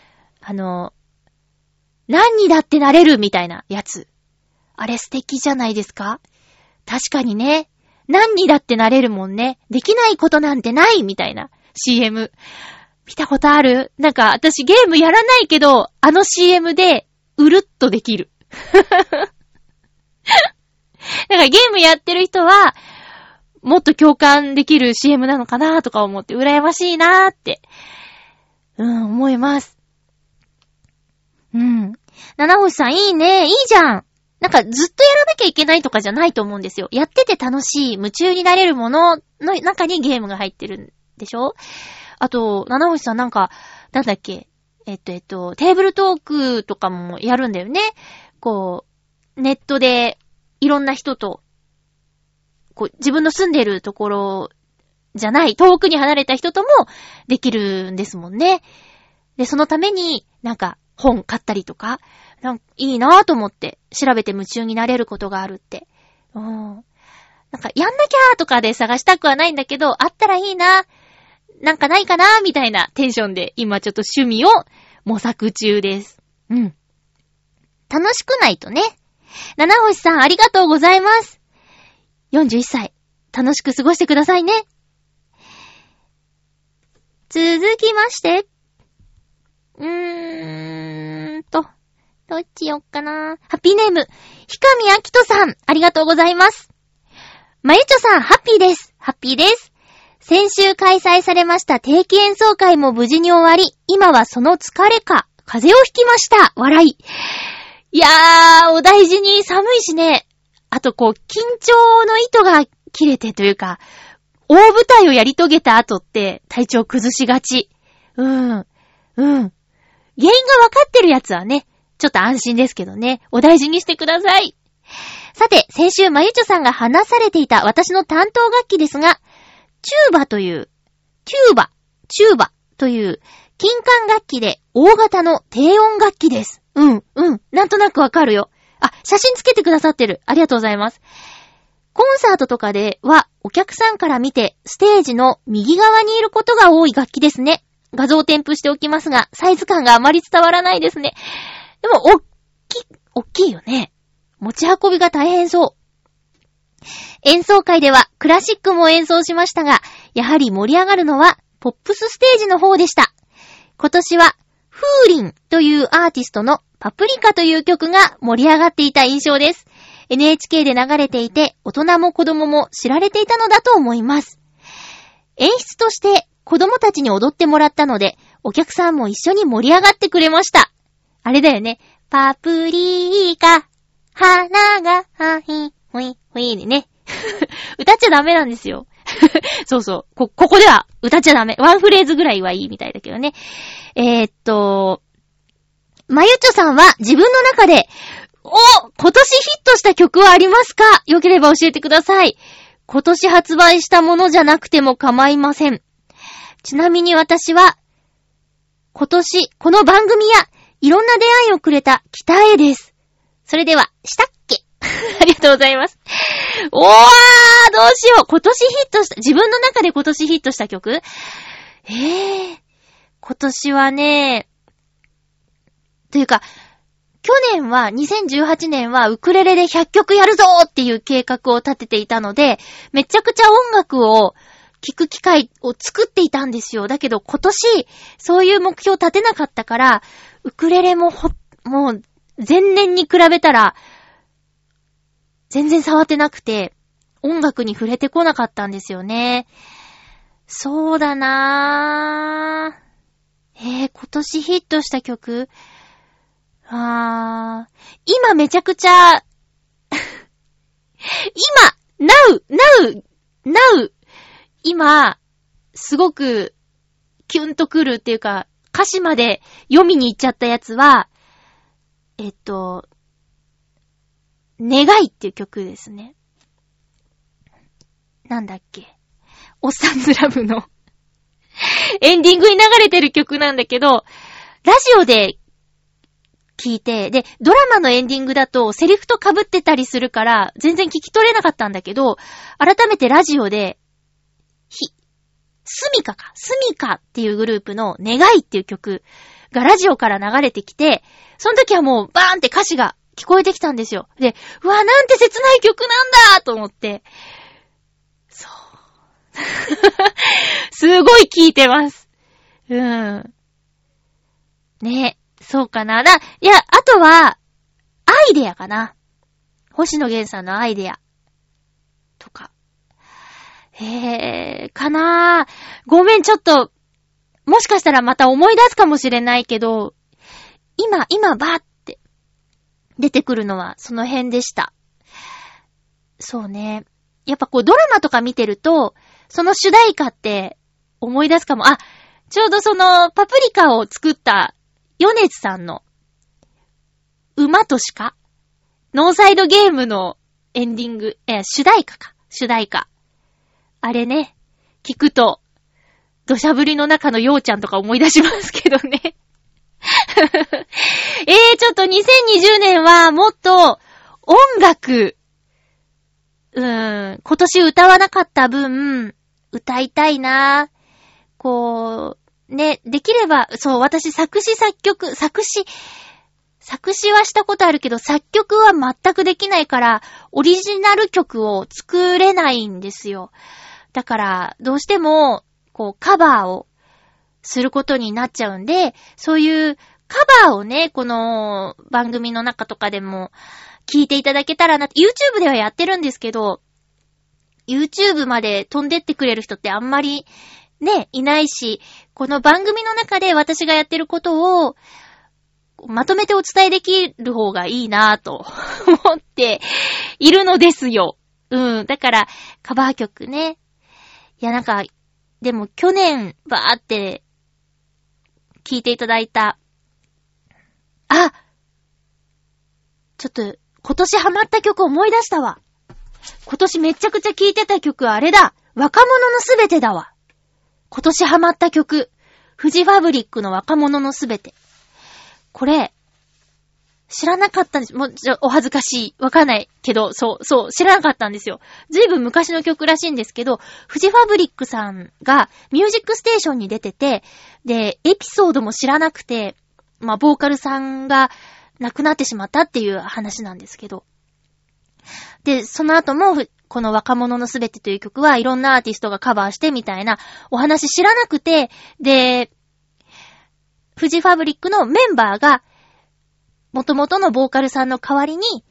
何にだってなれるみたいなやつ。あれ素敵じゃないですか？確かにね。何にだってなれるもんね。できないことなんてないみたいな CM。見たことある？なんか私ゲームやらないけど、CM でうるっとできる。だからゲームやってる人は、もっと共感できる CM なのかなとか思って羨ましいなーって、思います。七星さんいいね、いいじゃん。なんかずっとやらなきゃいけないとかじゃないと思うんですよ。やってて楽しい、夢中になれるものの中にゲームが入ってるんでしょ？あと、七星さんなんだっけ、テーブルトークとかもやるんだよね。こう、ネットでいろんな人と、こう、自分の住んでるところじゃない、遠くに離れた人ともできるんですもんね。で、そのためになんか本買ったりとか、いいなぁと思って調べて夢中になれることがあるって。なんかやんなきゃーとかで探したくはないんだけど、あったらいいな、なんかないかなーみたいなテンションで今ちょっと趣味を模索中です。楽しくないとね。七星さんありがとうございます。41歳、楽しく過ごしてくださいね。続きまして、どっちよっかな。ハッピーネーム、ひかみあきとさん、ありがとうございます。まゆちょさん、ハッピーです。ハッピーです。先週開催されました定期演奏会も無事に終わり、今はその疲れか、風邪をひきました。笑い。いやー、お大事に。寒いしね。あと緊張の糸が切れてというか、大舞台をやり遂げた後って体調崩しがち。原因が分かってるやつはね、ちょっと安心ですけどね。お大事にしてください。さて、先週まゆちょさんが話されていた私の担当楽器ですが、チューバという金管楽器で大型の低音楽器です。なんとなくわかるよ。写真つけてくださってる。ありがとうございます。コンサートとかではお客さんから見てステージの右側にいることが多い楽器ですね。画像を添付しておきますが、サイズ感があまり伝わらないですね。でも、おっきいよね。持ち運びが大変そう。演奏会ではクラシックも演奏しましたが、やはり盛り上がるのはポップスステージの方でした。今年は風鈴というアーティストのパプリカという曲が盛り上がっていた印象です。NHK で流れていて、大人も子供も知られていたのだと思います。演出として子供たちに踊ってもらったので、お客さんも一緒に盛り上がってくれました。あれだよね。パプリカ、花が、ほいでね。歌っちゃダメなんですよ。そうそう。ここでは歌っちゃダメ。ワンフレーズぐらいはいいみたいだけどね。まゆちょさんは自分の中で、今年ヒットした曲はありますか？よければ教えてください。今年発売したものじゃなくても構いません。ちなみに私は、今年、この番組や、いろんな出会いをくれた北へです。それでは、したっけありがとうございます。どうしよう。今年ヒットした、自分の中で今年ヒットした曲？今年はね、というか、去年は、2018年はウクレレで100曲やるぞっていう計画を立てていたので、めちゃくちゃ音楽を聞く機会を作っていたんですよ。だけど今年、そういう目標を立てなかったから、ウクレレももう、前年に比べたら、全然触ってなくて、音楽に触れてこなかったんですよね。そうだなぁ。今年ヒットした曲今めちゃくちゃ、今、すごく、キュンとくるっていうか、歌詞まで読みに行っちゃったやつは、願いっていう曲ですね。なんだっけ。おっさんずラブのエンディングに流れてる曲なんだけど、ラジオで聞いて、で、ドラマのエンディングだとセリフと被ってたりするから全然聞き取れなかったんだけど、改めてラジオで、スミカっていうグループの願いっていう曲がラジオから流れてきて、その時はもうバーンって歌詞が聞こえてきたんですよ。で、うわ、なんて切ない曲なんだと思って、そう。すごい聴いてます。ね、そうかな。いや、あとは、アイデアかな。星野源さんのアイデア。とか。かな。ごめん、ちょっと、もしかしたらまた思い出すかもしれないけど、今バーって出てくるのはその辺でした。そうね。やっぱこうドラマとか見てると、その主題歌って思い出すかも。ちょうどそのパプリカを作った米津さんの馬と鹿ノーサイドゲームのエンディング、主題歌。あれね、聞くと、土砂降りの中のようちゃんとか思い出しますけどね。ちょっと2020年はもっと音楽、今年歌わなかった分、歌いたいな。こう、ね、できれば、そう、私作詞はしたことあるけど、作曲は全くできないから、オリジナル曲を作れないんですよ。だから、どうしても、こう、カバーをすることになっちゃうんで、そういうカバーをね、この番組の中とかでも聞いていただけたらな。YouTube ではやってるんですけど、YouTube まで飛んでってくれる人ってあんまりね、いないし、この番組の中で私がやってることをまとめてお伝えできる方がいいなぁと思っているのですよ。だからカバー曲ね。いやなんか、でも去年バーって聞いていただいた。ちょっと今年ハマった曲思い出したわ。今年めちゃくちゃ聴いてた曲あれだ。若者のすべてだわ。今年ハマった曲。フジファブリックの若者のすべて。これ、知らなかったんです。もう、お恥ずかしい。わかんないけど、そう、知らなかったんですよ。ずいぶん昔の曲らしいんですけど、フジファブリックさんがミュージックステーションに出てて、で、エピソードも知らなくて、ボーカルさんが亡くなってしまったっていう話なんですけど。で、その後も、この若者のすべてという曲はいろんなアーティストがカバーしてみたいなお話知らなくて、で、フジファブリックのメンバーが、元々のボーカルさんの代わりに、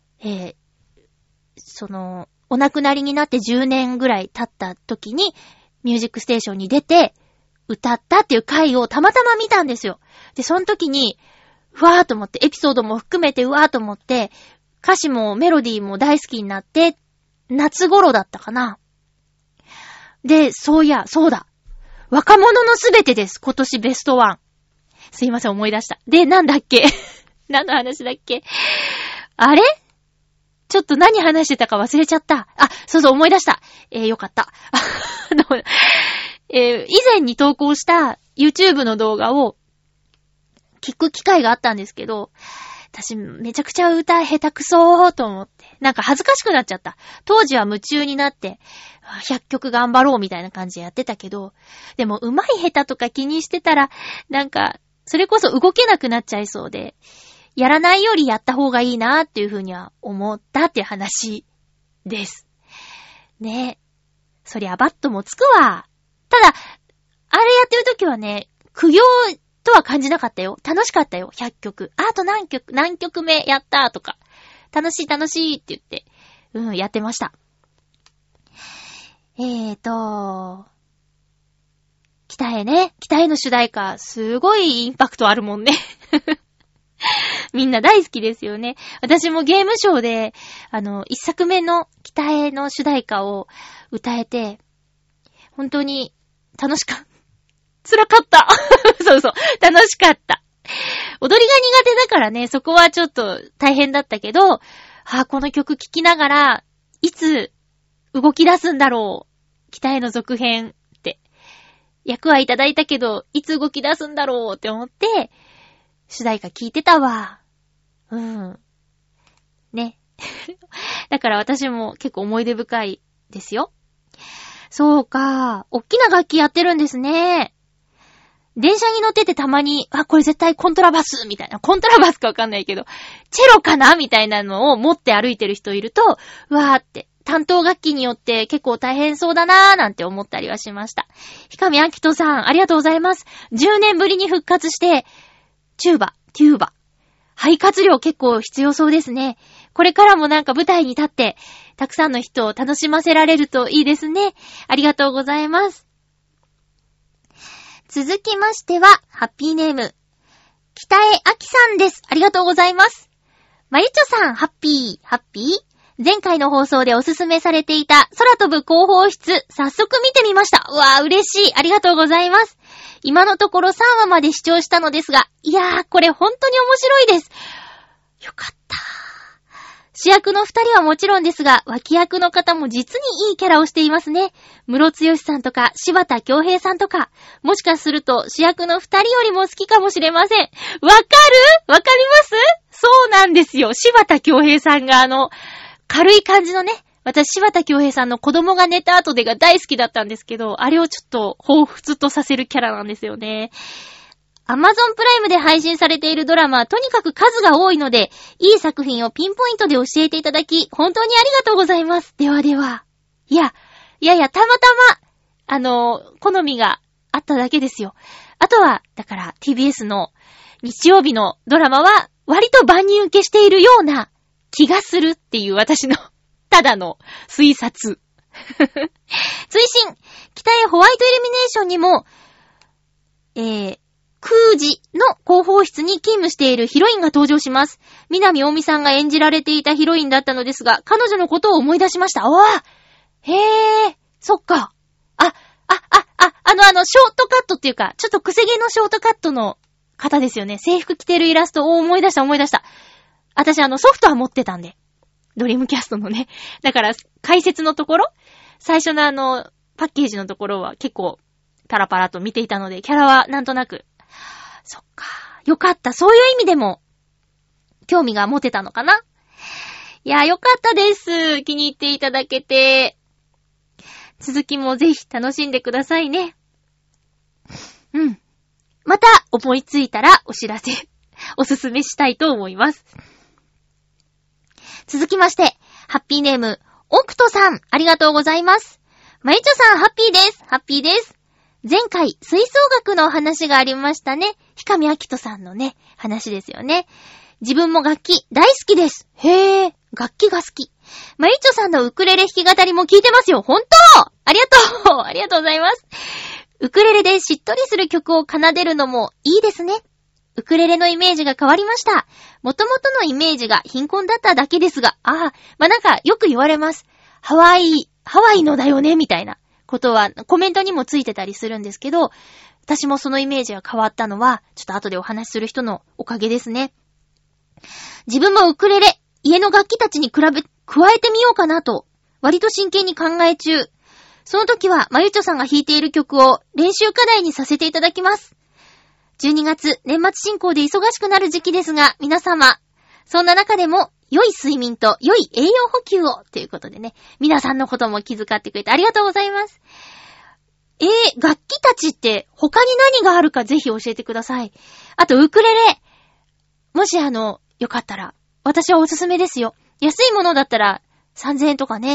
お亡くなりになって10年ぐらい経った時に、ミュージックステーションに出て、歌ったっていう回をたまたま見たんですよ。で、その時に、うわーと思って、エピソードも含めてうわーと思って、歌詞もメロディーも大好きになって、夏頃だったかな。で、そうだ。若者のすべてです。今年ベストワン。すいません、思い出した。で、なんだっけ何の話だっけあれちょっと何話してたか忘れちゃった。そう、思い出した。よかった。以前に投稿した YouTube の動画を聞く機会があったんですけど、私めちゃくちゃ歌下手くそーと思って、なんか恥ずかしくなっちゃった。当時は夢中になって、100曲頑張ろうみたいな感じでやってたけど、でも上手い下手とか気にしてたら、なんか、それこそ動けなくなっちゃいそうで、やらないよりやった方がいいなっていうふうには思ったっていう話です。ね。 そりゃバットもつくわ。ただ、あれやってる時はね、苦行とは感じなかったよ。楽しかったよ、100曲。あと何曲目やったとか。楽しいって言って、やってました。北への主題歌、すごいインパクトあるもんね。みんな大好きですよね。私もゲームショーで、一作目の北への主題歌を歌えて、本当に辛かった。そう、楽しかった。踊りが苦手だからね、そこはちょっと大変だったけど、この曲聴きながら、いつ動き出すんだろう。北への続編って。役はいただいたけど、いつ動き出すんだろうって思って、主題歌聴いてたわ。ね。だから私も結構思い出深いですよ。そうか。おっきな楽器やってるんですね。電車に乗っててたまに、これ絶対コントラバスみたいな。コントラバスかわかんないけど、チェロかなみたいなのを持って歩いてる人いると、うわーって、担当楽器によって結構大変そうだなーなんて思ったりはしました。ひかみあきとさん、ありがとうございます。10年ぶりに復活して、チューバ。肺活量結構必要そうですね。これからもなんか舞台に立って、たくさんの人を楽しませられるといいですね。ありがとうございます。続きましては、ハッピーネーム、北江あきさんです。ありがとうございます。まゆちょさん、ハッピー前回の放送でおすすめされていた空飛ぶ広報室、早速見てみました。うわー、嬉しい。ありがとうございます。今のところ3話まで視聴したのですが、いやー、これ本当に面白いです。よかった。主役の2人はもちろんですが、脇役の方も実にいいキャラをしていますね。室剛さんとか柴田恭平さんとか、もしかすると主役の2人よりも好きかもしれません。わかります？そうなんですよ。柴田恭平さんが軽い感じのね、私柴田恭平さんの子供が寝た後でが大好きだったんですけど、あれをちょっと彷彿とさせるキャラなんですよね。Amazon プライムで配信されているドラマはとにかく数が多いので、いい作品をピンポイントで教えていただき、本当にありがとうございます。ではでは。いや、たまたま、好みがあっただけですよ。あとは、だから TBS の日曜日のドラマは、割と万人受けしているような気がするっていう私の、ただの推察。追伸、北へホワイトイルミネーションにも、空時の広報室に勤務しているヒロインが登場します。南大美さんが演じられていたヒロインだったのですが、彼女のことを思い出しました。そっか。ショートカットっていうか、ちょっと癖毛のショートカットの方ですよね。制服着てるイラストを思い出した。私ソフトは持ってたんで。ドリームキャストのね。だから、解説のところ、最初のパッケージのところは結構パラパラと見ていたので、キャラはなんとなく、そっか。よかった。そういう意味でも、興味が持てたのかな？いや、よかったです。気に入っていただけて。続きもぜひ楽しんでくださいね。また思いついたらお知らせ、おすすめしたいと思います。続きまして、ハッピーネーム、オクトさん、ありがとうございます。まゆちょさん、ハッピーです。前回、吹奏楽の話がありましたね。ひかみあきとさんのね、話ですよね。自分も楽器大好きです。へー、楽器が好き。まゆちょさんのウクレレ弾き語りも聞いてますよ。ほんと？ありがとうございます。ウクレレでしっとりする曲を奏でるのもいいですね。ウクレレのイメージが変わりました。元々のイメージが貧困だっただけですが、なんかよく言われます。ハワイのだよね、みたいなことはコメントにもついてたりするんですけど、私もそのイメージが変わったのは、ちょっと後でお話しする人のおかげですね。自分もウクレレ、家の楽器たちに加えてみようかなと、割と真剣に考え中。その時は、まゆちょさんが弾いている曲を練習課題にさせていただきます。12月、年末進行で忙しくなる時期ですが、皆様、そんな中でも、良い睡眠と良い栄養補給を、ということでね、皆さんのことも気遣ってくれてありがとうございます。楽器たちって他に何があるかぜひ教えてください。あと、ウクレレ。もしよかったら、私はおすすめですよ。安いものだったら3000円とかね、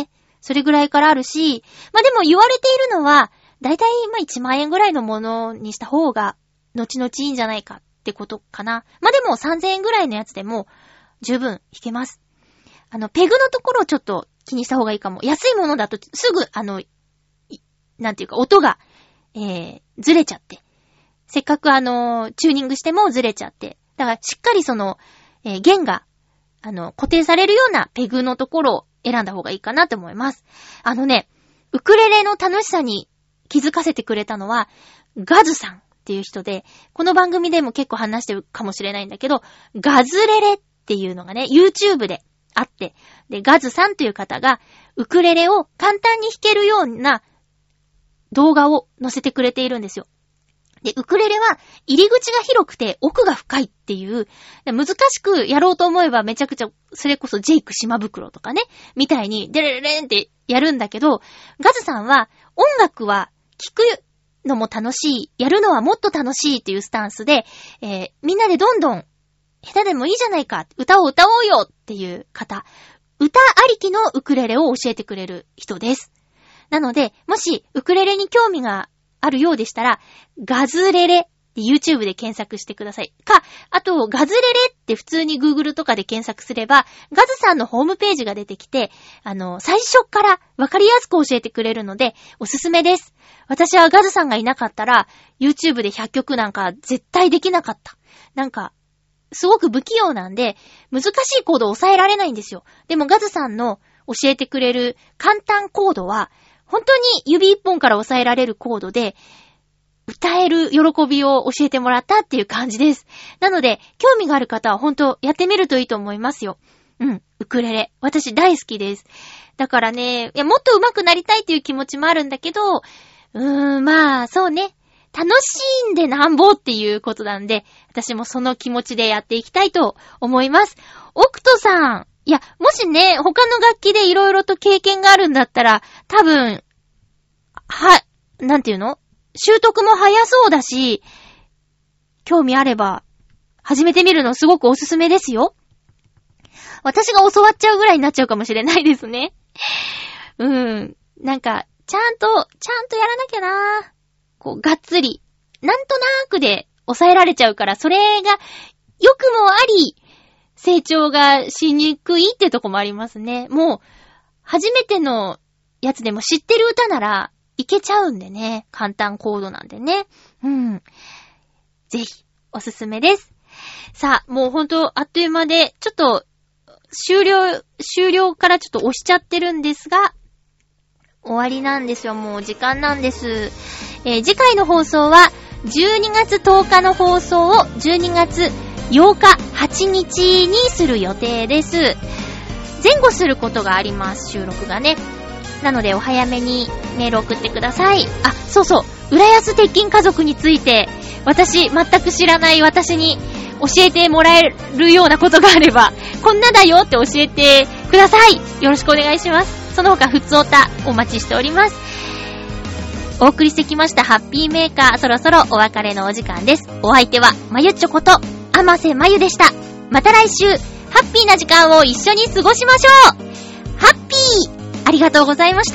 それぐらいからあるし、まあでも言われているのは、だいたい1万円ぐらいのものにした方が、後々いいんじゃないかってことかな。まあでも3000円ぐらいのやつでも、十分弾けます。ペグのところをちょっと気にした方がいいかも。安いものだとすぐ、なんていうか、音が、ずれちゃって。せっかくチューニングしてもずれちゃって。だからしっかり弦が、固定されるようなペグのところを選んだ方がいいかなと思います。ウクレレの楽しさに気づかせてくれたのは、ガズさんっていう人で、この番組でも結構話してるかもしれないんだけど、ガズレレっていうのがね、YouTube であって、で、ガズさんという方が、ウクレレを簡単に弾けるような動画を載せてくれているんですよ。で、ウクレレは入り口が広くて奥が深いっていう、難しくやろうと思えばめちゃくちゃ、それこそジェイク島袋とかね、みたいにデレレレンってやるんだけど、ガズさんは音楽は聴くのも楽しい、やるのはもっと楽しいっていうスタンスで、みんなでどんどん下手でもいいじゃないか、歌を歌おうよっていう方、歌ありきのウクレレを教えてくれる人です。なので、もしウクレレに興味があるようでしたら、ガズレレって YouTube で検索してください。あと、ガズレレって普通に Google とかで検索すれば、ガズさんのホームページが出てきて、最初からわかりやすく教えてくれるので、おすすめです。私はガズさんがいなかったら、YouTube で100曲なんか絶対できなかった。すごく不器用なんで、難しいコードを抑えられないんですよ。でもガズさんの教えてくれる簡単コードは、本当に指一本から抑えられるコードで、歌える喜びを教えてもらったっていう感じです。なので、興味がある方は本当やってみるといいと思いますよ。ウクレレ。私大好きです。だからね、もっと上手くなりたいっていう気持ちもあるんだけど、まあ、そうね。楽しんでなんぼっていうことなんで、私もその気持ちでやっていきたいと思います。オクトさん。もしね、他の楽器でいろいろと経験があるんだったら、多分、なんていうの？習得も早そうだし、興味あれば、始めてみるのすごくおすすめですよ。私が教わっちゃうぐらいになっちゃうかもしれないですね。ちゃんとやらなきゃな。がっつり。なんとなくで抑えられちゃうから、それが良くもあり、成長がしにくいってとこもありますね。もう、初めてのやつでも知ってる歌ならいけちゃうんでね。簡単コードなんでね。ぜひ、おすすめです。さあ、もうほんとあっという間で、ちょっと、終了からちょっと押しちゃってるんですが、終わりなんですよ。もう時間なんです。次回の放送は、12月10日の放送を12月8日8日にする予定です。前後することがあります、収録がね。なのでお早めにメール送ってください。そうそう、浦安鉄筋家族について、全く知らない私に教えてもらえるようなことがあれば、こんなだよって教えてください。よろしくお願いします。その他、ふつおたお待ちしております。お送りしてきましたハッピーメーカー、そろそろお別れのお時間です。お相手はまゆちょこと甘瀬まゆでした。また来週ハッピーな時間を一緒に過ごしましょう。ハッピー、ありがとうございました。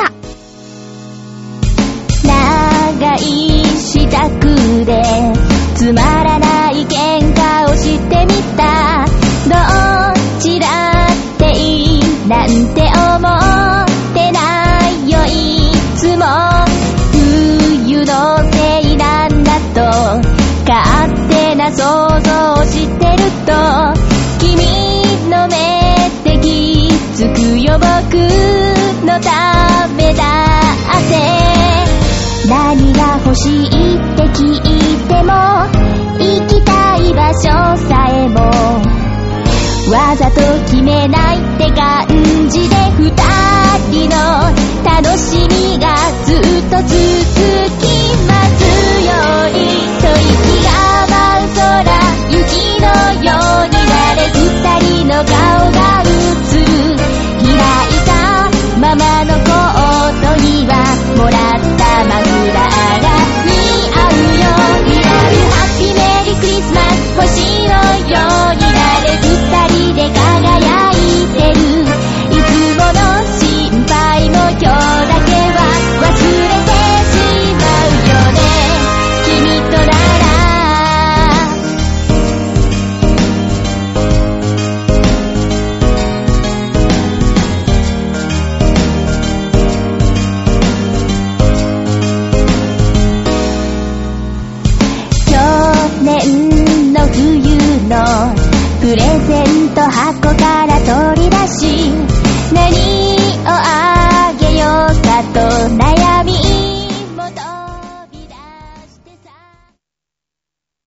長い支度でつまらない喧嘩をしてみた。どちらっていいなんて思ってないよ。いつも冬のせいなんだと勝手な想像してると、君の目で気づくよ。僕のためだって。何が欲しいって聞いても、行きたい場所さえもわざと決めない